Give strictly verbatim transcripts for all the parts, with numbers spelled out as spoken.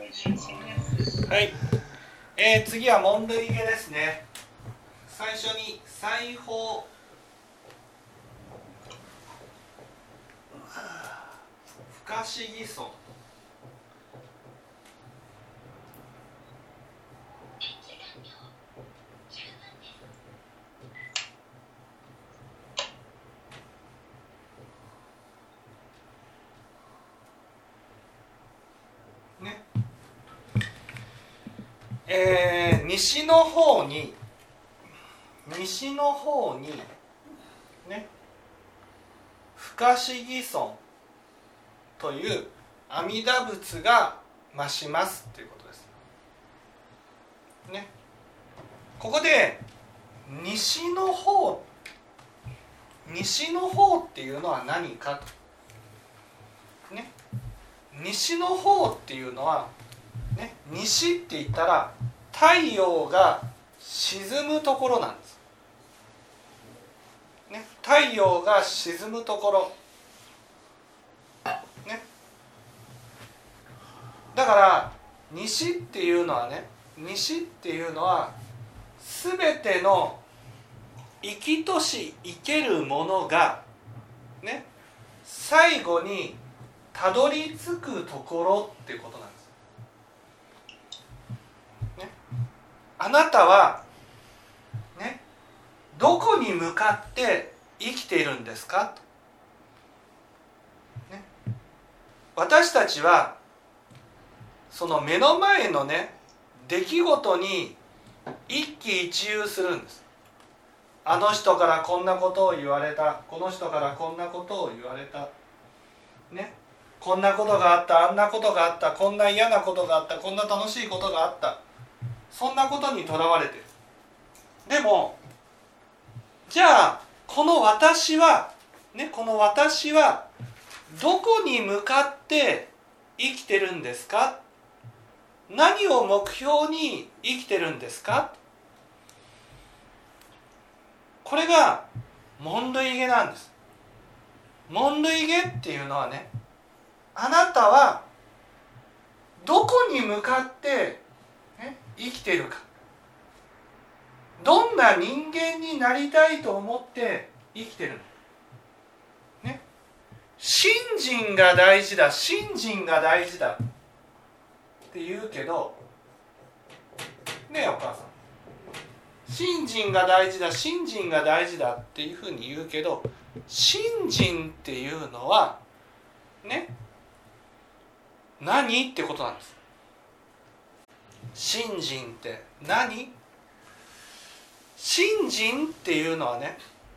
はい、えー、次は問類下ですね。最初に裁縫不可思議損ね、えー、西の方に西の方にね不可思議損という阿弥陀仏が増しますということですね。ここで西の方西の方っていうのは何かとね、西の方っていうのは、ね、西って言ったら太陽が沈むところなんです、ね、太陽が沈むところ、ね、だから西っていうのはね西っていうのはすべての生きとし生けるものがね最後にたどり着くところっていうことなんです、ね、あなたはねどこに向かって生きているんですかと、ね、私たちはその目の前のね出来事に一喜一憂するんです。あの人からこんなことを言われた、この人からこんなことを言われた、ね、こんなことがあった、あんなことがあった、こんな嫌なことがあった、こんな楽しいことがあった、そんなことにとらわれている。でもじゃあこの私はねこの私はどこに向かって生きてるんですか、何を目標に生きてるんですか、これが問類下なんです。問類下っていうのはね、あなたはどこに向かって、ね、生きているか、どんな人間になりたいと思って生きてるの、ね、信心が大事だ信心が大事だって言うけどねえお母さん、信心が大事だ信心が大事だっていうふうに言うけど、信心っていうのはね何ってことなんです。信心って何？信心っていうのはね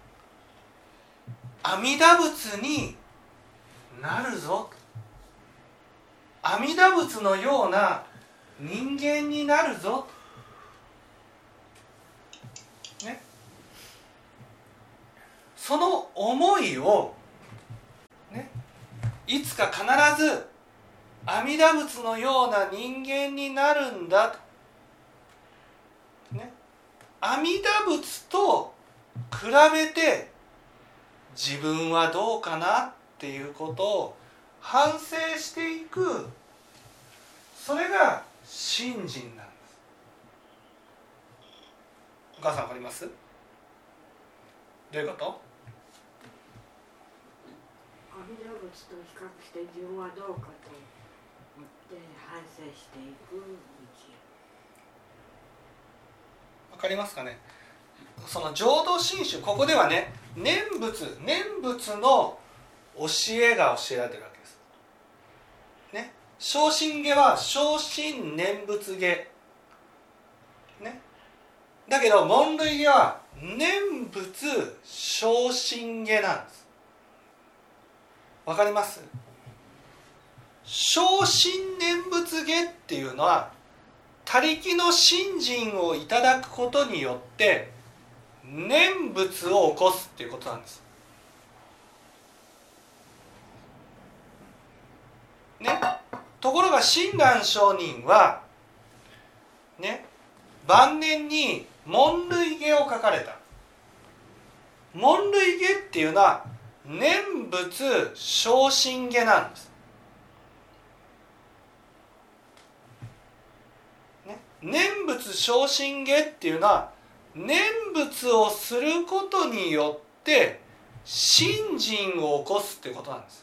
阿弥陀仏になるぞ、阿弥陀仏のような人間になるぞ、ね、その思いを、ね、いつか必ず阿弥陀仏のような人間になるんだと、ね、阿弥陀仏と比べて自分はどうかなっていうことを反省していく、それが信心なんです。お母さんわかります？どういうこと？ 阿弥陀仏と比較して自分はどうかと思って反省していく道。 わかりますかね。その浄土真宗、ここではね念仏念仏の教えが教えられてるわけです、ね、正信下は正信念仏下、ね、だけど問類下は念仏正信下なんです。わかります？正信念仏下っていうのは他力の信心をいただくことによって念仏を起こすっていうことなんです、ね、ところが親鸞上人はね晩年に問類下を書かれた。問類下っていうのは念仏正信下なんです。 念仏昇進下っていうのは念仏をすることによって信心を起こすっていうことなんです。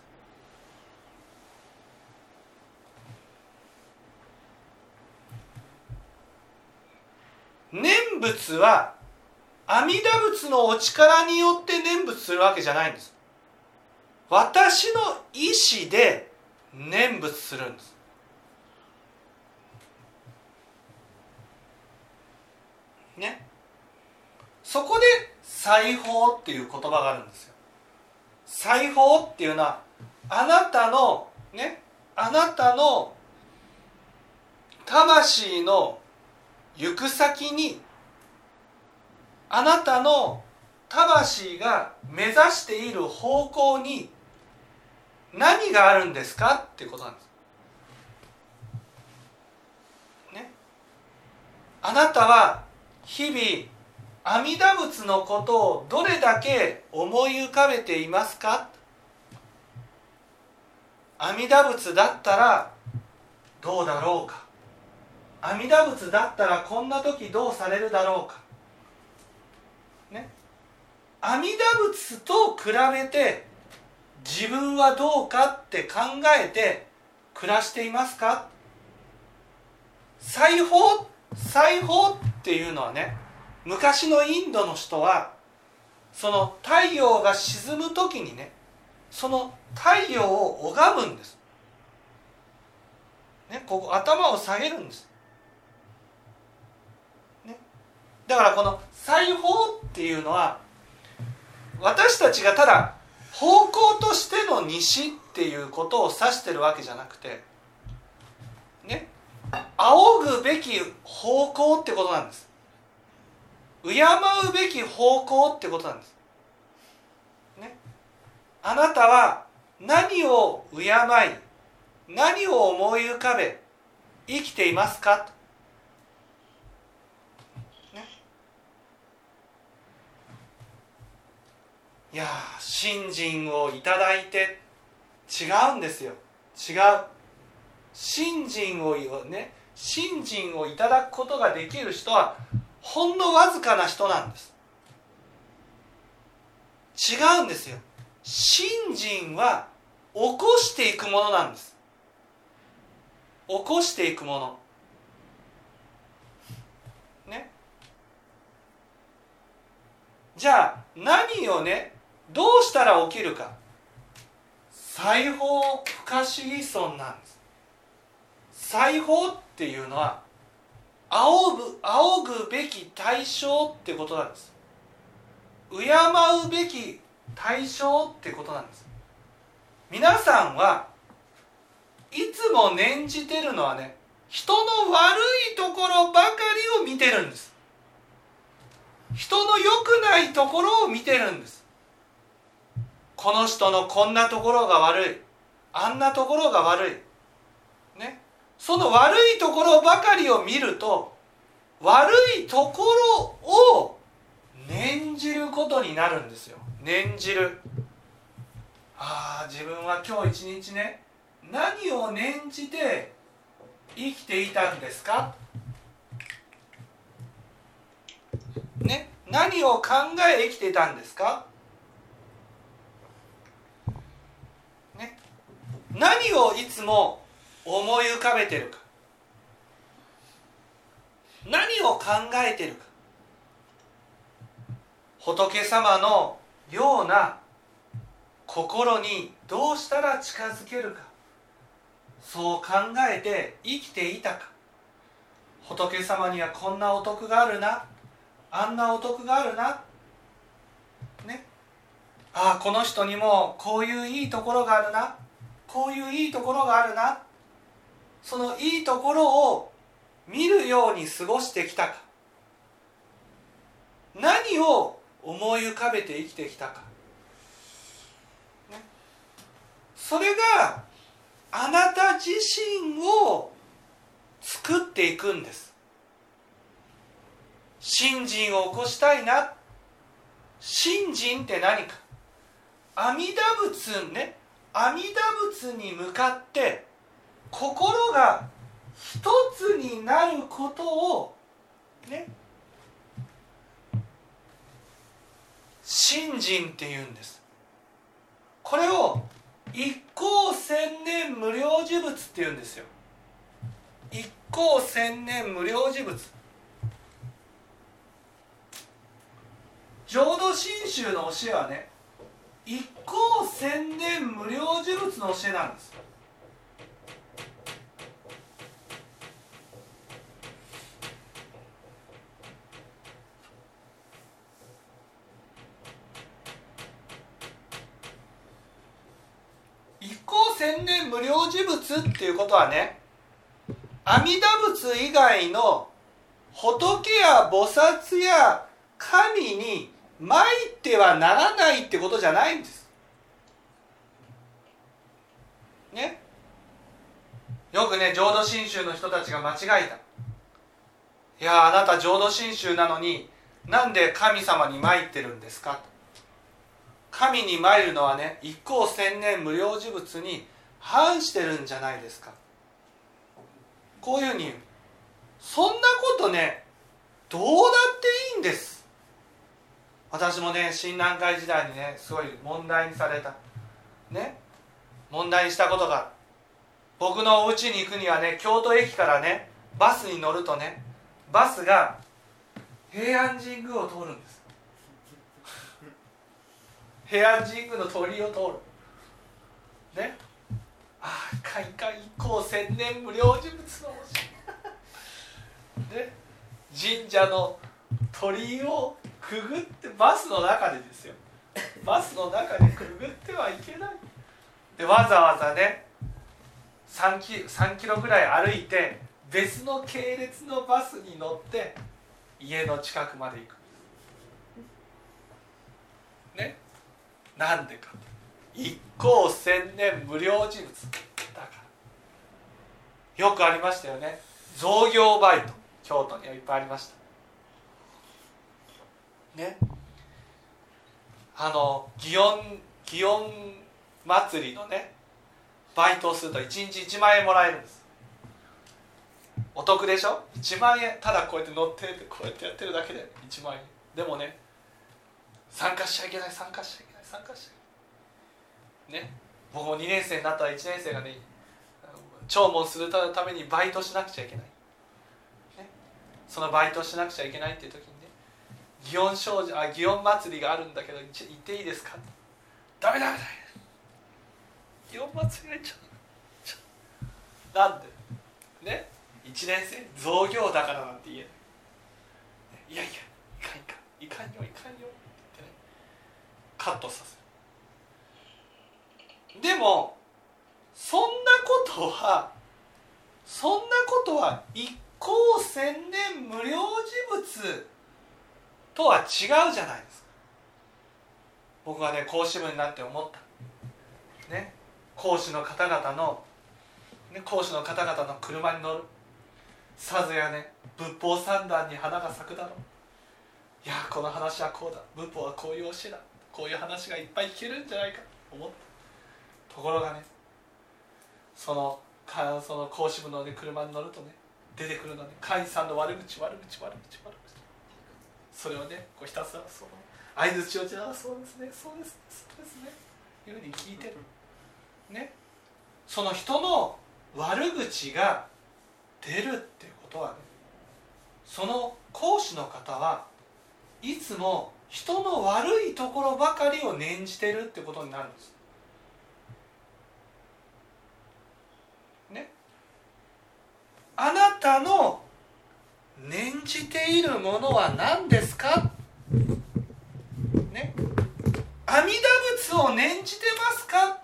念仏は阿弥陀仏のお力によって念仏するわけじゃないんです。私の意志で念仏するんです。ね、そこで裁縫っていう言葉があるんですよ。裁縫っていうのはあなたのね、あなたの魂の行く先にあなたの魂が目指している方向に何があるんですかっていうことなんです。ね、あなたは日々阿弥陀仏のことをどれだけ思い浮かべていますか。阿弥陀仏だったらどうだろうか、阿弥陀仏だったらこんな時どうされるだろうか、ね、阿弥陀仏と比べて自分はどうかって考えて暮らしていますか。裁縫裁縫っていうのはね、昔のインドの人はその太陽が沈む時にね、その太陽を拝むんです、ね、ここ頭を下げるんです、ね、だからこの裁縫っていうのは私たちがただ方向としての西っていうことを指してるわけじゃなくてね、仰ぐべき方向ってことなんです。敬うべき方向ってことなんです、ね、あなたは何を敬い何を思い浮かべ生きていますか、ね、いや信心をいただいて違うんですよ。違う。信心をね、信心をいただくことができる人はほんのわずかな人なんです。違うんですよ。信心は起こしていくものなんです。起こしていくものね。じゃあ何をね、どうしたら起きるか。裁縫不可思議尊なんです。裁縫っていうのは仰ぐ、仰ぐべき対象ってことなんです。敬うべき対象ってことなんです。皆さんはいつも念じてるのはね、人の悪いところばかりを見てるんです。人の良くないところを見てるんです。この人のこんなところが悪い、あんなところが悪い、ね、その悪いところばかりを見ると悪いところを念じることになるんですよ。念じる。ああ、自分は今日一日ね、何を念じて生きていたんですか、ね、何を考え生きていたんですか、ね、何をいつも思い浮かべてるか、何を考えてるか。仏様のような心にどうしたら近づけるか、そう考えて生きていたか。仏様にはこんなお得があるな、あんなお得があるな、ね、ああこの人にもこういういいところがあるな、こういういいところがあるな、そのいいところを見るように過ごしてきたか。何を思い浮かべて生きてきたか、ね、それがあなた自身を作っていくんです。信心を起こしたいな。信心って何か。阿弥陀仏ね、阿弥陀仏に向かって心が一つになることをね、信心って言うんです。これを一向千年無量寿仏って言うんですよ。一向千年無量寿仏。浄土真宗の教えはね、一向千年無量寿仏の教えなんです。一向千年無量寿仏っていうことはね、阿弥陀仏以外の仏や菩薩や神に参ってはならないってことじゃないんですね。よくね、浄土真宗の人たちが間違えた。いや、あなた浄土真宗なのになんで神様に参ってるんですかと。神に参るのはね、一向千年無量寿仏に反してるんじゃないですか。こういうふうに言う。そんなことね、どうだっていいんです。私もね、親鸞会時代にね、すごい問題にされたね、問題にしたことがある。僕のお家に行くにはね、京都駅からね、バスに乗るとね、バスが平安神宮を通るんです。平安神宮の鳥居を通るね。ああ、いかんいかん、一向千年無量寿仏の教えね、神社の鳥居をくぐってバスの中でですよ、バスの中でくぐってはいけないで、わざわざねさんキ、さんキロぐらい歩いて別の系列のバスに乗って家の近くまで行くね。なんでか、一向千年無量寿仏だから。よくありましたよね、造業バイト。京都にはいっぱいありましたね。あの祇園祇園祭りのねバイトをするといちにちいちまんえんもらえるんです。お得でしょ。いちまんえん、ただこうやって乗ってこうやってやってるだけでいちまんえん。でもね、参加しちゃいけない参加しちゃいけない参加しちゃいけないね。僕もにねん生になったらいちねん生がね、弔問するためにバイトしなくちゃいけない、ね、そのバイトしなくちゃいけないっていう時にね、祇園少女あ祇園祭りがあるんだけど行っていいですか。ダメダメダメ、祇園祭りが行っちゃう。なんでね、いちねん生造業だからなんて言えない。いやいや、いかんいかんいかんよいかんよってね、カットさせる。でもそんなことはそんなことは一向千年無量寿仏とは違うじゃないですか。僕はね、講師部になって思ったね。講師の方々の、ね、講師の方々の車に乗る。さぞやね、仏法三段に花が咲くだろう。いや、この話はこうだ、仏法はこういう教えだ、こういう話がいっぱい聞けるんじゃないかと思った。ところがね、そのかその講師部の、ね、車に乗るとね、出てくるのね、会員さんの悪口悪口悪口悪口、それをね、こうひたすらその相づちをして、あ、そうですねそうですねそうですねいうふうに聞いてるね。その人の悪口が出るっていうことはね、その講師の方はいつも人の悪いところばかりを念じてるってことになるんですね。あなたの念じているものは何ですかね。阿弥陀仏を念じてますか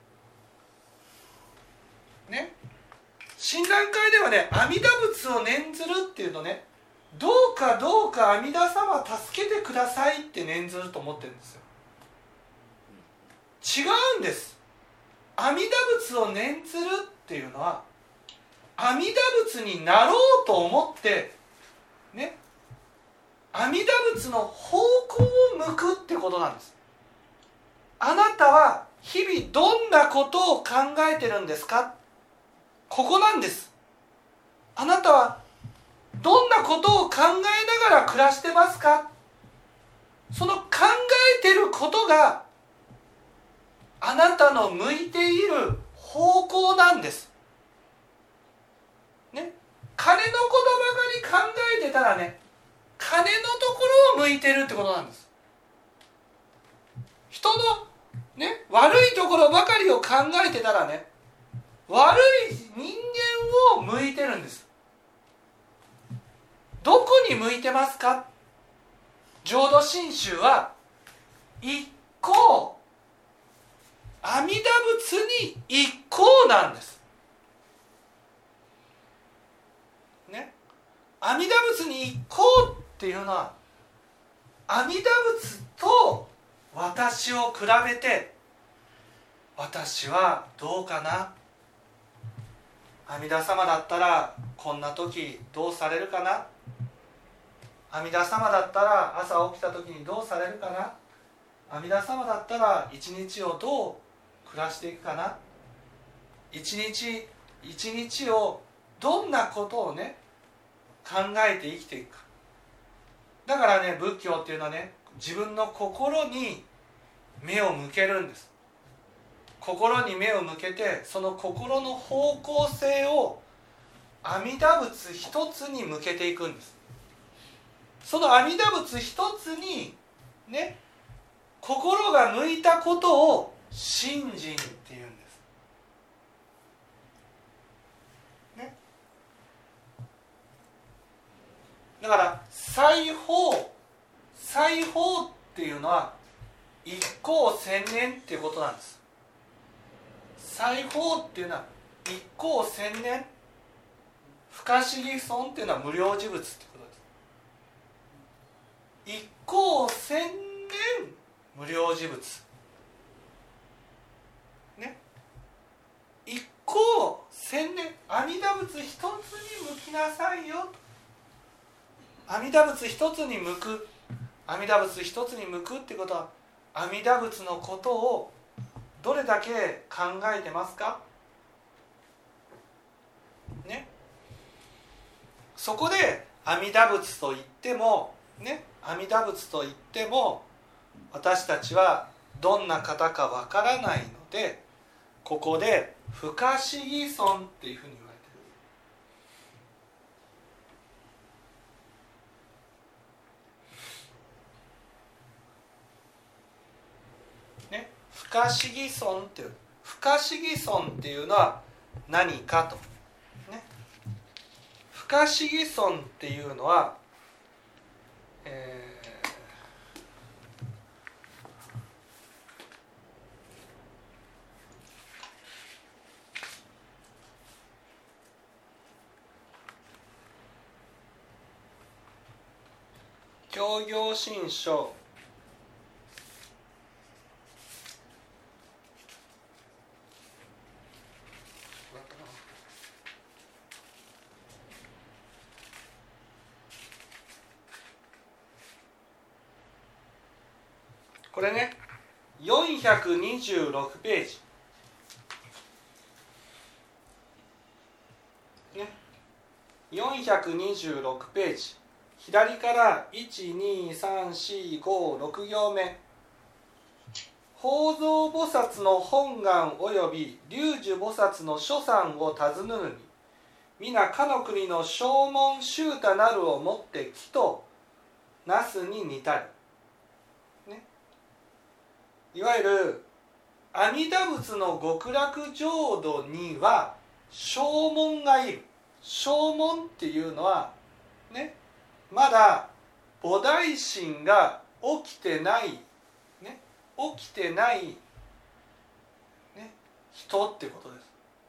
ね。親鸞会ではね、阿弥陀仏を念ずるっていうのね、どうかどうか阿弥陀様助けてくださいって念ずると思ってるんですよ。違うんです。阿弥陀仏を念ずるっていうのは、阿弥陀仏になろうと思ってね、阿弥陀仏の方向を向くってことなんです。あなたは日々どんなことを考えてるんですか。ここなんです。 あなたはどんなことを考えながら暮らしてますか。その考えてることがあなたの向いている方向なんです。ね、金のことばかり考えてたらね、金のところを向いてるってことなんです。人のね、悪いところばかりを考えてたらね、悪い人間を向いてるんです。どこに向いてますか。浄土真宗は一向阿弥陀仏に一向なんです。ね、阿弥陀仏に一向っていうのは、阿弥陀仏と私を比べて、私はどうかな、阿弥陀様だったらこんな時どうされるかな、阿弥陀様だったら朝起きた時にどうされるかな、阿弥陀様だったら一日をどう暮らしていくかな、一日一日をどんなことをね考えて生きていくか。だからね、仏教っていうのはね、自分の心に目を向けるんです。心に目を向けて、その心の方向性を阿弥陀仏一つに向けていくんです。その阿弥陀仏一つにね、心が向いたことを信心っていうんです、ね、だから西方西方っていうのは一向千年っていうことなんです。西方っていうのは一向千年、不可思議尊っていうのは無量寿仏ってことです。一向千年無量寿仏ね、一向千年阿弥陀仏一つに向きなさいよ。阿弥陀仏一つに向く、阿弥陀仏一つに向くってことは、阿弥陀仏のことをどれだけ考えてますかね。そこで阿弥陀仏と言ってもね、阿弥陀仏と言っても私たちはどんな方かわからないので、ここで不可思議尊っていうふうに言われてる、ね、不可思議尊っていう不可思議尊っていうのは何かと、ね、不可思議尊っていうのは、えー教行信書これね、よんひゃくにじゅうろくページね、よんひゃくにじゅうろくページ、左からいち、に、さん、し、ご、ろく行目、法蔵菩薩の本願および龍樹菩薩の諸山を尋ぬるに、皆かの国の正門周太なるをもって木となすに似たり、ね、いわゆる阿弥陀仏の極楽浄土には正門がいる。正門っていうのはね、まだ菩提心が起きてない、ね、起きてない、ね、人ってことです。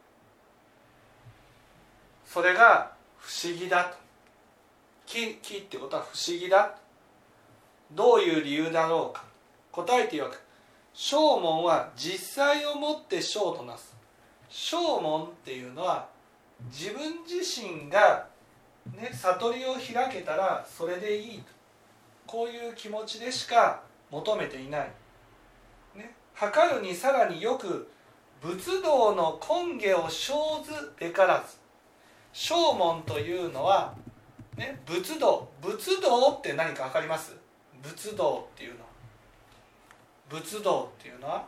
それが不思議だと。木、木ってことは不思議だと。どういう理由だろうか。答えてよく。正門は実際をもって正となす。正門っていうのは自分自身がね、悟りを開けたらそれでいいと、こういう気持ちでしか求めていない、ね、測るにさらによく仏道の根下を生ずべからず、 証文というのは、ね、仏道仏道って何か分かります？仏道っていうのは仏道っていうのは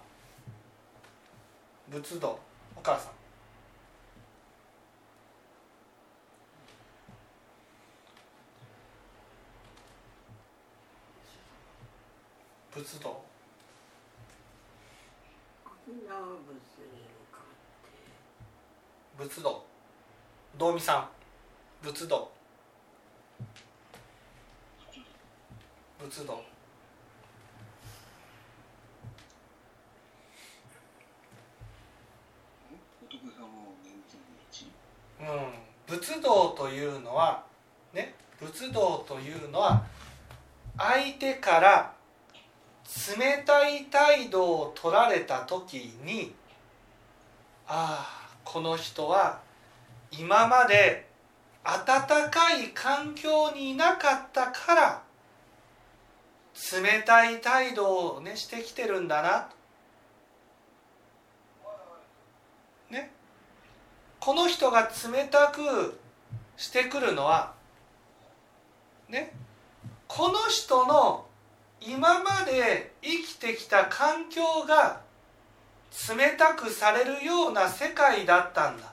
仏道、お母さん。仏道。仏道。道美さん。仏道。仏道。うん、仏道というのはね、仏道というのは相手から冷たい態度を取られた時に、ああこの人は今まで温かい環境にいなかったから冷たい態度を、ね、してきてるんだなと、ね、この人が冷たくしてくるのは、ね、この人の今まで生きてきた環境が冷たくされるような世界だったんだ、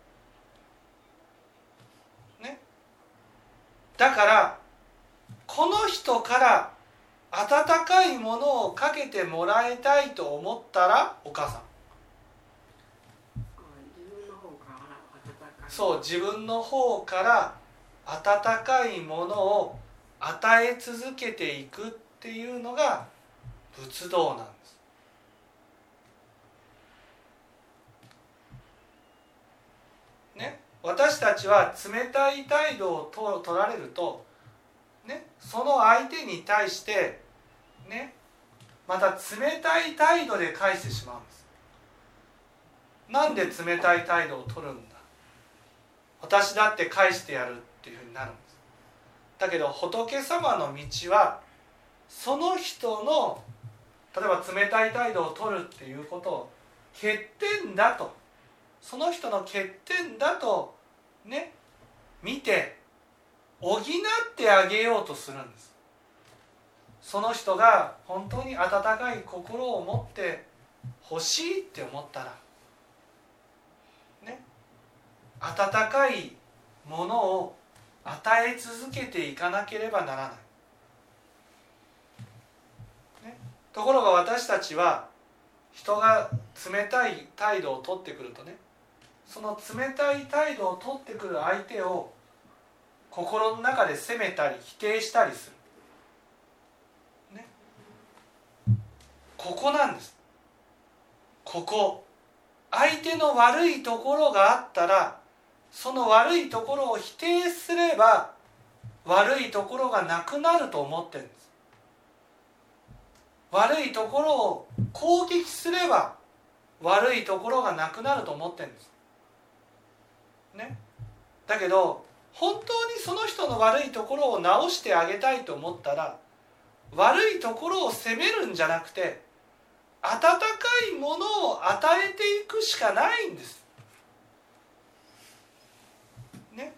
ね、だからこの人から温かいものをかけてもらいたいと思ったら、お母さん、そう自分の方から温かいものを与え続けていくっていうのが仏道なんです。ね、私たちは冷たい態度をと取られると、ね、その相手に対して、ね、また冷たい態度で返してしまうんです。なんで冷たい態度を取るんだ、私だって返してやるっていうふうになるんです。だけど仏様の道はその人の例えば冷たい態度を取るっていうことを欠点だと、その人の欠点だとね見て補ってあげようとするんです。その人が本当に温かい心を持って欲しいって思ったらね、温かいものを与え続けていかなければならない、ね、ところが私たちは人が冷たい態度を取ってくるとね、その冷たい態度を取ってくる相手を心の中で責めたり否定したりする、ね、ここなんです。ここ相手の悪いところがあったらその悪いところを否定すれば悪いところがなくなると思ってるんです。悪いところを攻撃すれば悪いところがなくなると思ってるんです、ね、だけど本当にその人の悪いところを直してあげたいと思ったら悪いところを責めるんじゃなくて温かいものを与えていくしかないんです、ね、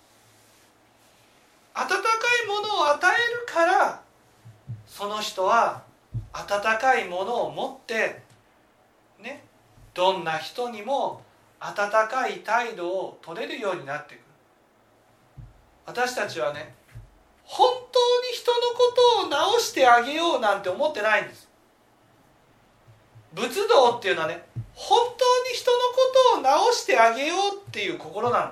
温かいものを与えるからその人は温かいものを持ってね、どんな人にも温かい態度を取れるようになってくる。私たちはね、本当に人のことを直してあげようなんて思ってないんです。仏道っていうのはね、本当に人のことを直してあげようっていう心なんです、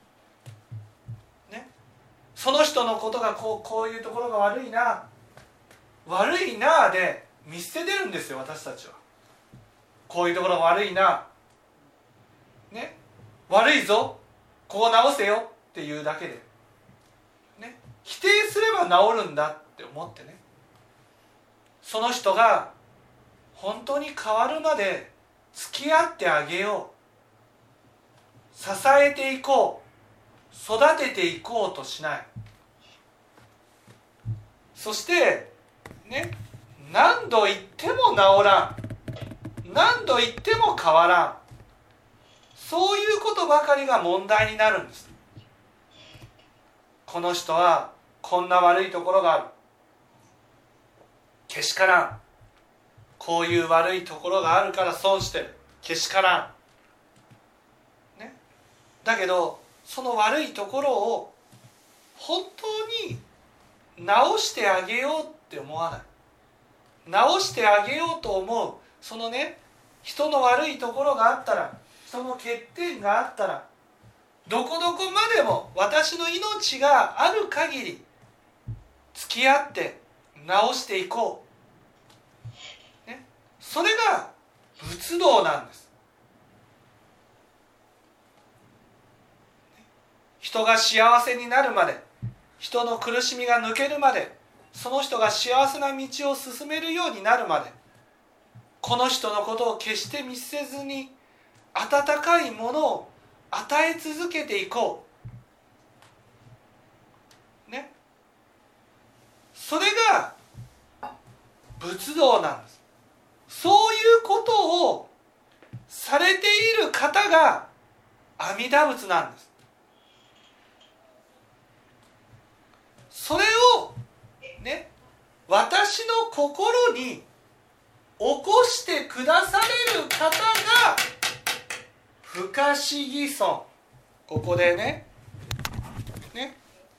ね、その人のことがこう、こういうところが悪いな悪いなで見捨ててるんですよ。私たちはこういうところが悪いな、ね、悪いぞここ直せよっていうだけで、ね、否定すれば治るんだって思ってね、その人が本当に変わるまで付き合ってあげよう、支えていこう、育てていこうとしない。そしてね、何度言っても治らん、何度言っても変わらん、 そういうことばかりが問題になるんです。この人はこんな悪いところがある、けしからん、こういう悪いところがあるから損してる、けしからん、ね、だけどその悪いところを本当に直してあげようって思わない。直してあげようと思う、そのね、人の悪いところがあったら、人の欠点があったら、どこどこまでも私の命がある限り付き合って直していこう、ね、それが仏道なんです。人が幸せになるまで、人の苦しみが抜けるまで、その人が幸せな道を進めるようになるまで、この人のことを決して見捨てずに温かいものを与え続けていこう、ね、それが仏道なんです。そういうことをされている方が阿弥陀仏なんです。それをね、私の心に起こしてくだされる方が不可思議尊。ここでね、ね、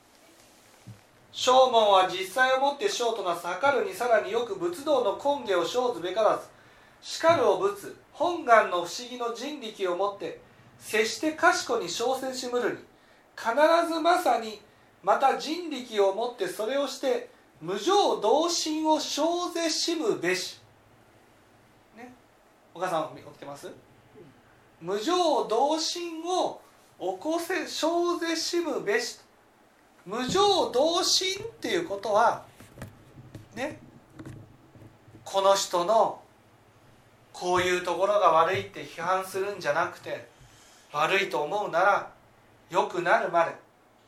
正門は実際をもって正となす計るにさらによく仏道の根源を生ずべからず、しかるを仏本願の不思議の人力をもって接して賢に小せしむるに、必ずまさにまた人力をもってそれをして無常同心を生ぜしむべし、ね、お母さん起きてます？無常同心を起こせ生ぜしむべし。無常同心っていうことはね、この人のこういうところが悪いって批判するんじゃなくて、悪いと思うなら良くなるまで、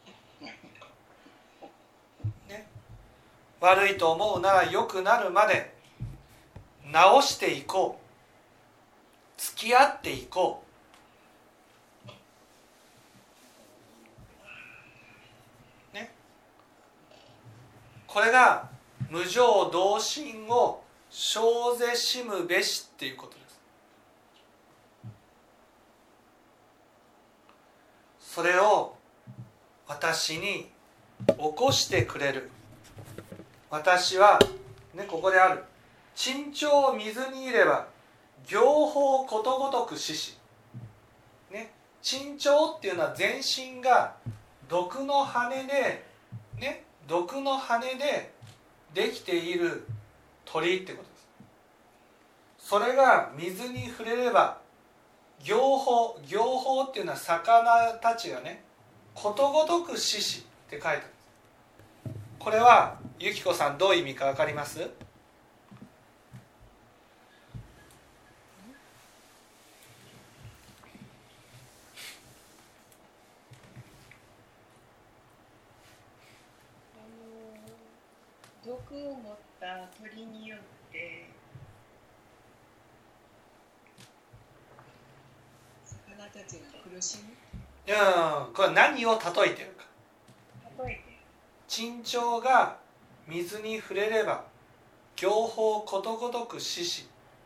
ね、悪いと思うなら良くなるまで直していこう、付き合っていこう、ね、これが無常同心を生ぜしむべしっていうことです。それを私に起こしてくれる。私は、ね、ここである珍鳥を水に入れば行法ことごとく死し、ね、珍鳥っていうのは全身が毒の羽で、ね、毒の羽でできている鳥ってことです。それが水に触れれば行法、行法っていうのは魚たちがね、ことごとく死しって書いてあるんです。これはゆきこさんどういう意味か分かります？ 毒を持った鳥によって魚たちが苦しむ。 いや、これは何を例えてるか。 例えて珍鳥が水に触れれば行法ことごとく死し、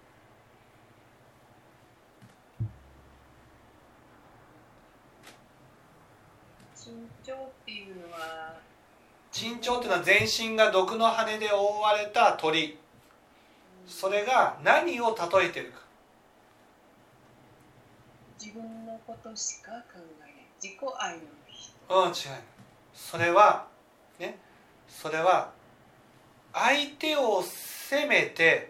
珍鳥っていうのは、 珍鳥っていうのは全身が毒の羽で覆われた鳥、それが何を例えてるか。 自分のことしか考えない自己愛の人。 うん、違う。それはね、それは相手を責めて、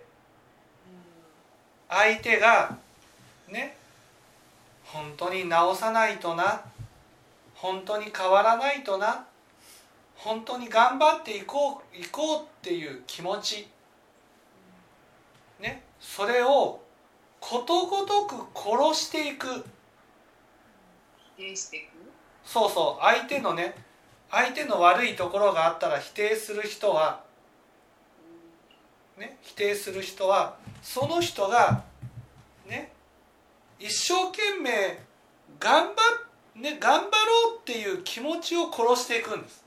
相手がね、本当に直さないとな、本当に変わらないとな、本当に頑張っていこう、いこうっていう気持ち、ね、それをことごとく殺していく。 否定していく。 そうそう、相手のね、相手の悪いところがあったら否定する人は、ね、否定する人はその人がね、一生懸命頑張っ、ね、頑張ろうっていう気持ちを殺していくんです。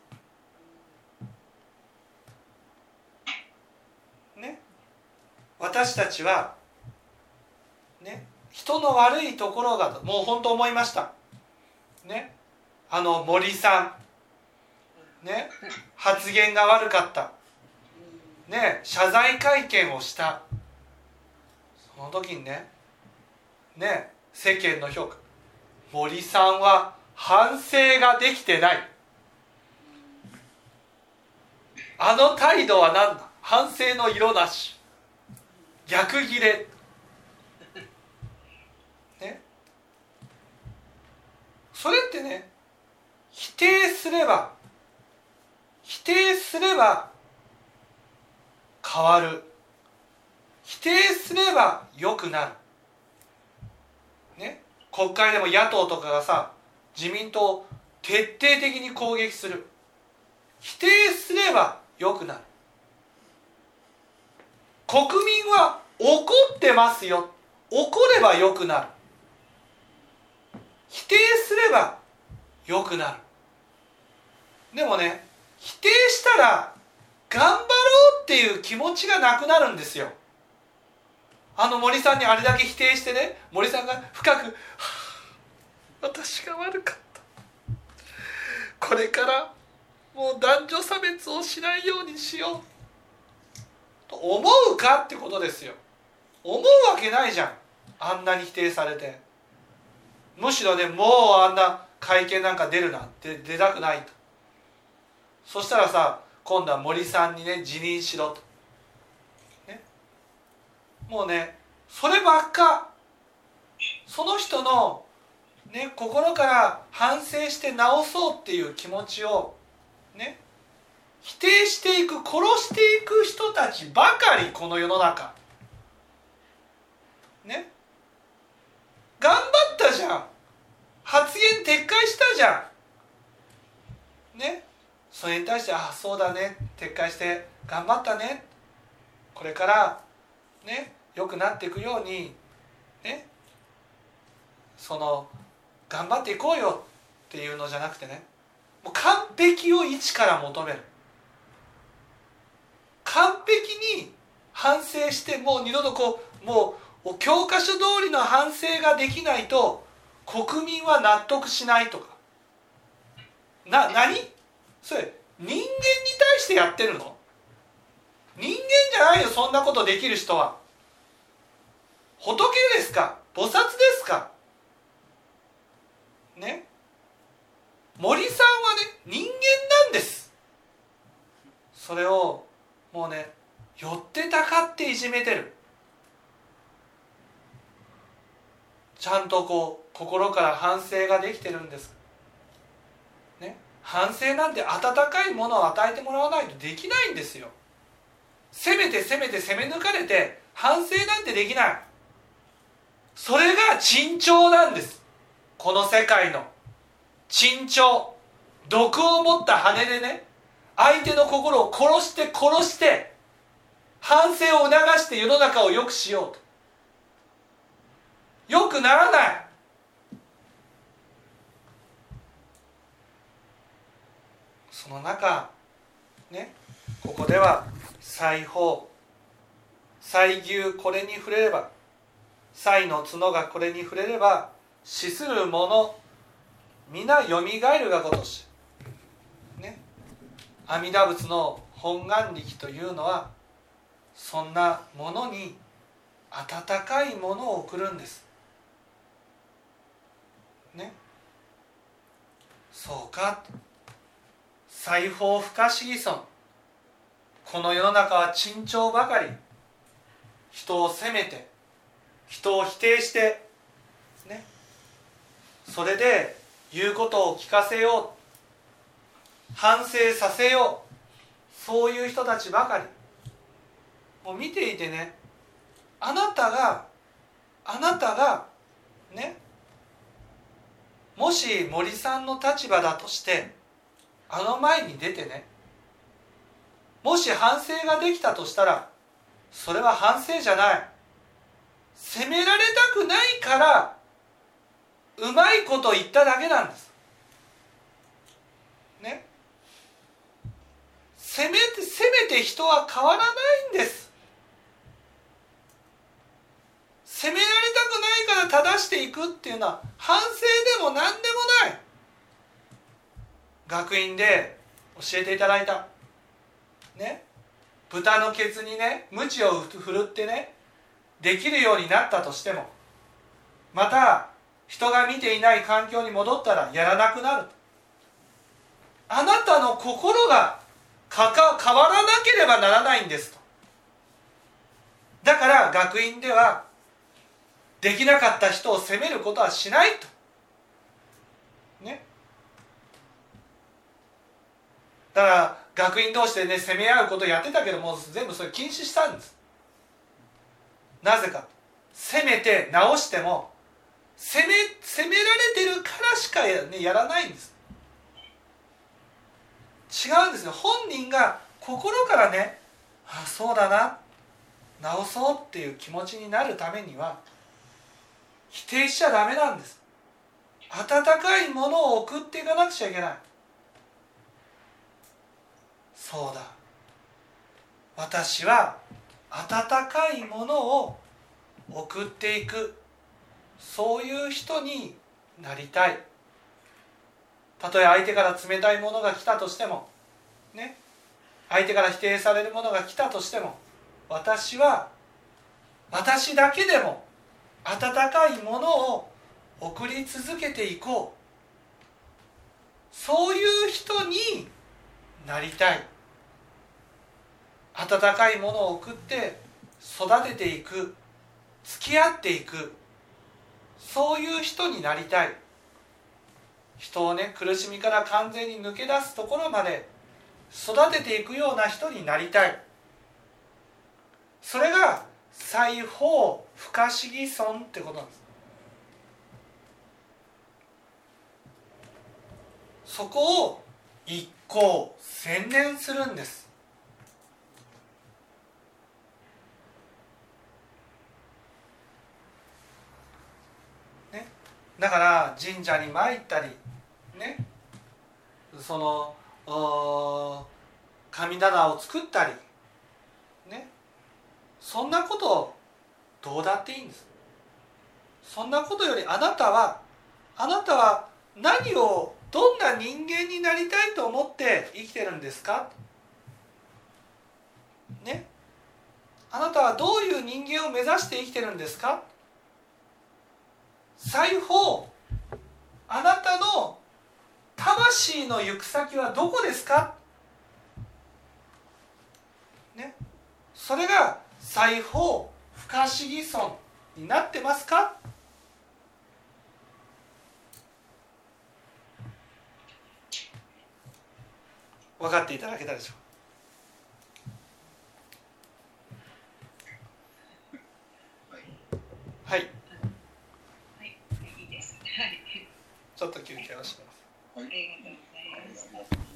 ね、私たちは、ね、人の悪いところがもう本当思いました。ね、あの森さん、ね、発言が悪かった。ね、謝罪会見をした。その時にね、ね、世間の評価、森さんは反省ができてない。あの態度は何だ、反省の色なし、逆ギレ、ね、それってね、否定すれば否定すれば変わる、否定すれば良くなる、ね、国会でも野党とかがさ、自民党を徹底的に攻撃する。否定すれば良くなる。国民は怒ってますよ、怒れば良くなる。否定すれば良くなる。でもね、否定したら頑張ろうっていう気持ちがなくなるんですよ。あの森さんにあれだけ否定してね、森さんが深く、はあ、私が悪かった、これからもう男女差別をしないようにしようと思うかってことですよ。思うわけないじゃん、あんなに否定されて。むしろね、もうあんな会見なんか出るなんて、出たくないと。そしたらさ、今度は森さんにね、辞任しろと、ね、もうね、そればっか。その人の、ね、心から反省して直そうっていう気持ちをね、否定していく、殺していく人たちばかり、この世の中ね。頑張ったじゃん、発言撤回したじゃんね。それに対して、ああそうだね、撤回して頑張ったね、これからね良くなっていくようにね、その頑張っていこうよっていうのじゃなくてね、もう完璧を一から求める。完璧に反省して、もう二度とこう、もう教科書通りの反省ができないと国民は納得しないとか。な、何？それ人間に対してやってるの？人間じゃないよ、そんなことできる人は。仏ですか？菩薩ですか？ね。森さんはね、人間なんです。それをもうね、寄ってたかっていじめてる。ちゃんとこう心から反省ができてるんです、ね、反省なんて温かいものを与えてもらわないとできないんですよ。攻めて攻めて攻め抜かれて反省なんてできない。それが珍重なんです。この世界の珍重、毒を持った羽でね、相手の心を殺して殺して反省を促して世の中を良くしようと。良くならない。その中ね、ここでは祭法、祭牛、これに触れれば、祭の角がこれに触れれば、死する者皆よみがえるがごとし、ね、阿弥陀仏の本願力というのはそんなものに温かいものを送るんですね。そうか、西方不可思議尊、この世の中は珍重ばかり。人を責めて、人を否定してね、それで言うことを聞かせよう、反省させよう、そういう人たちばかり。もう見ていてね、あなたがあなたがね、もし森さんの立場だとしてあの前に出てね、もし反省ができたとしたら、それは反省じゃない。責められたくないからうまいこと言っただけなんですね。せめてせめて人は変わらないんです。責められたくないから正していくっていうのは反省でも何でもない。学院で教えていただいたね、豚のケツにね鞭を振るってねできるようになったとしても、また人が見ていない環境に戻ったらやらなくなる。あなたの心がかか変わらなければならないんですと。だから学院ではできなかった人を責めることはしないとね。だから学院同士でね責め合うことをやってたけども、全部それ禁止したんです。なぜか、責めて直しても責め責められてるからしか や,、ね、やらないんです。違うんですよ。本人が心からね、あ、そうだな、直そうっていう気持ちになるためには否定しちゃダメなんです。温かいものを送っていかなくちゃいけない。そうだ、私は温かいものを送っていく、そういう人になりたい。たとえ相手から冷たいものが来たとしてもね、相手から否定されるものが来たとしても、私は私だけでも温かいものを送り続けていこう、そういう人になりたい。温かいものを送って育てていく、付き合っていく、そういう人になりたい。人をね、苦しみから完全に抜け出すところまで育てていくような人になりたい。それが裁縫不可思議損ってことなんです。そこを一向専念するんです。ね、だから神社に参ったりね、その神棚を作ったりね、そんなことどうだっていいんです。そんなことよりあなたはあなたは何をどんな人間になりたいと思って生きてるんですかね、あなたはどういう人間を目指して生きてるんですか。裁縫、あなたの魂の行く先はどこですか、ね、それが裁縫不可思議損になってますか。分かっていただけたでしょう。はい、 はい、いいです。はい。 ちょっと休憩をします。 ありがとうございました。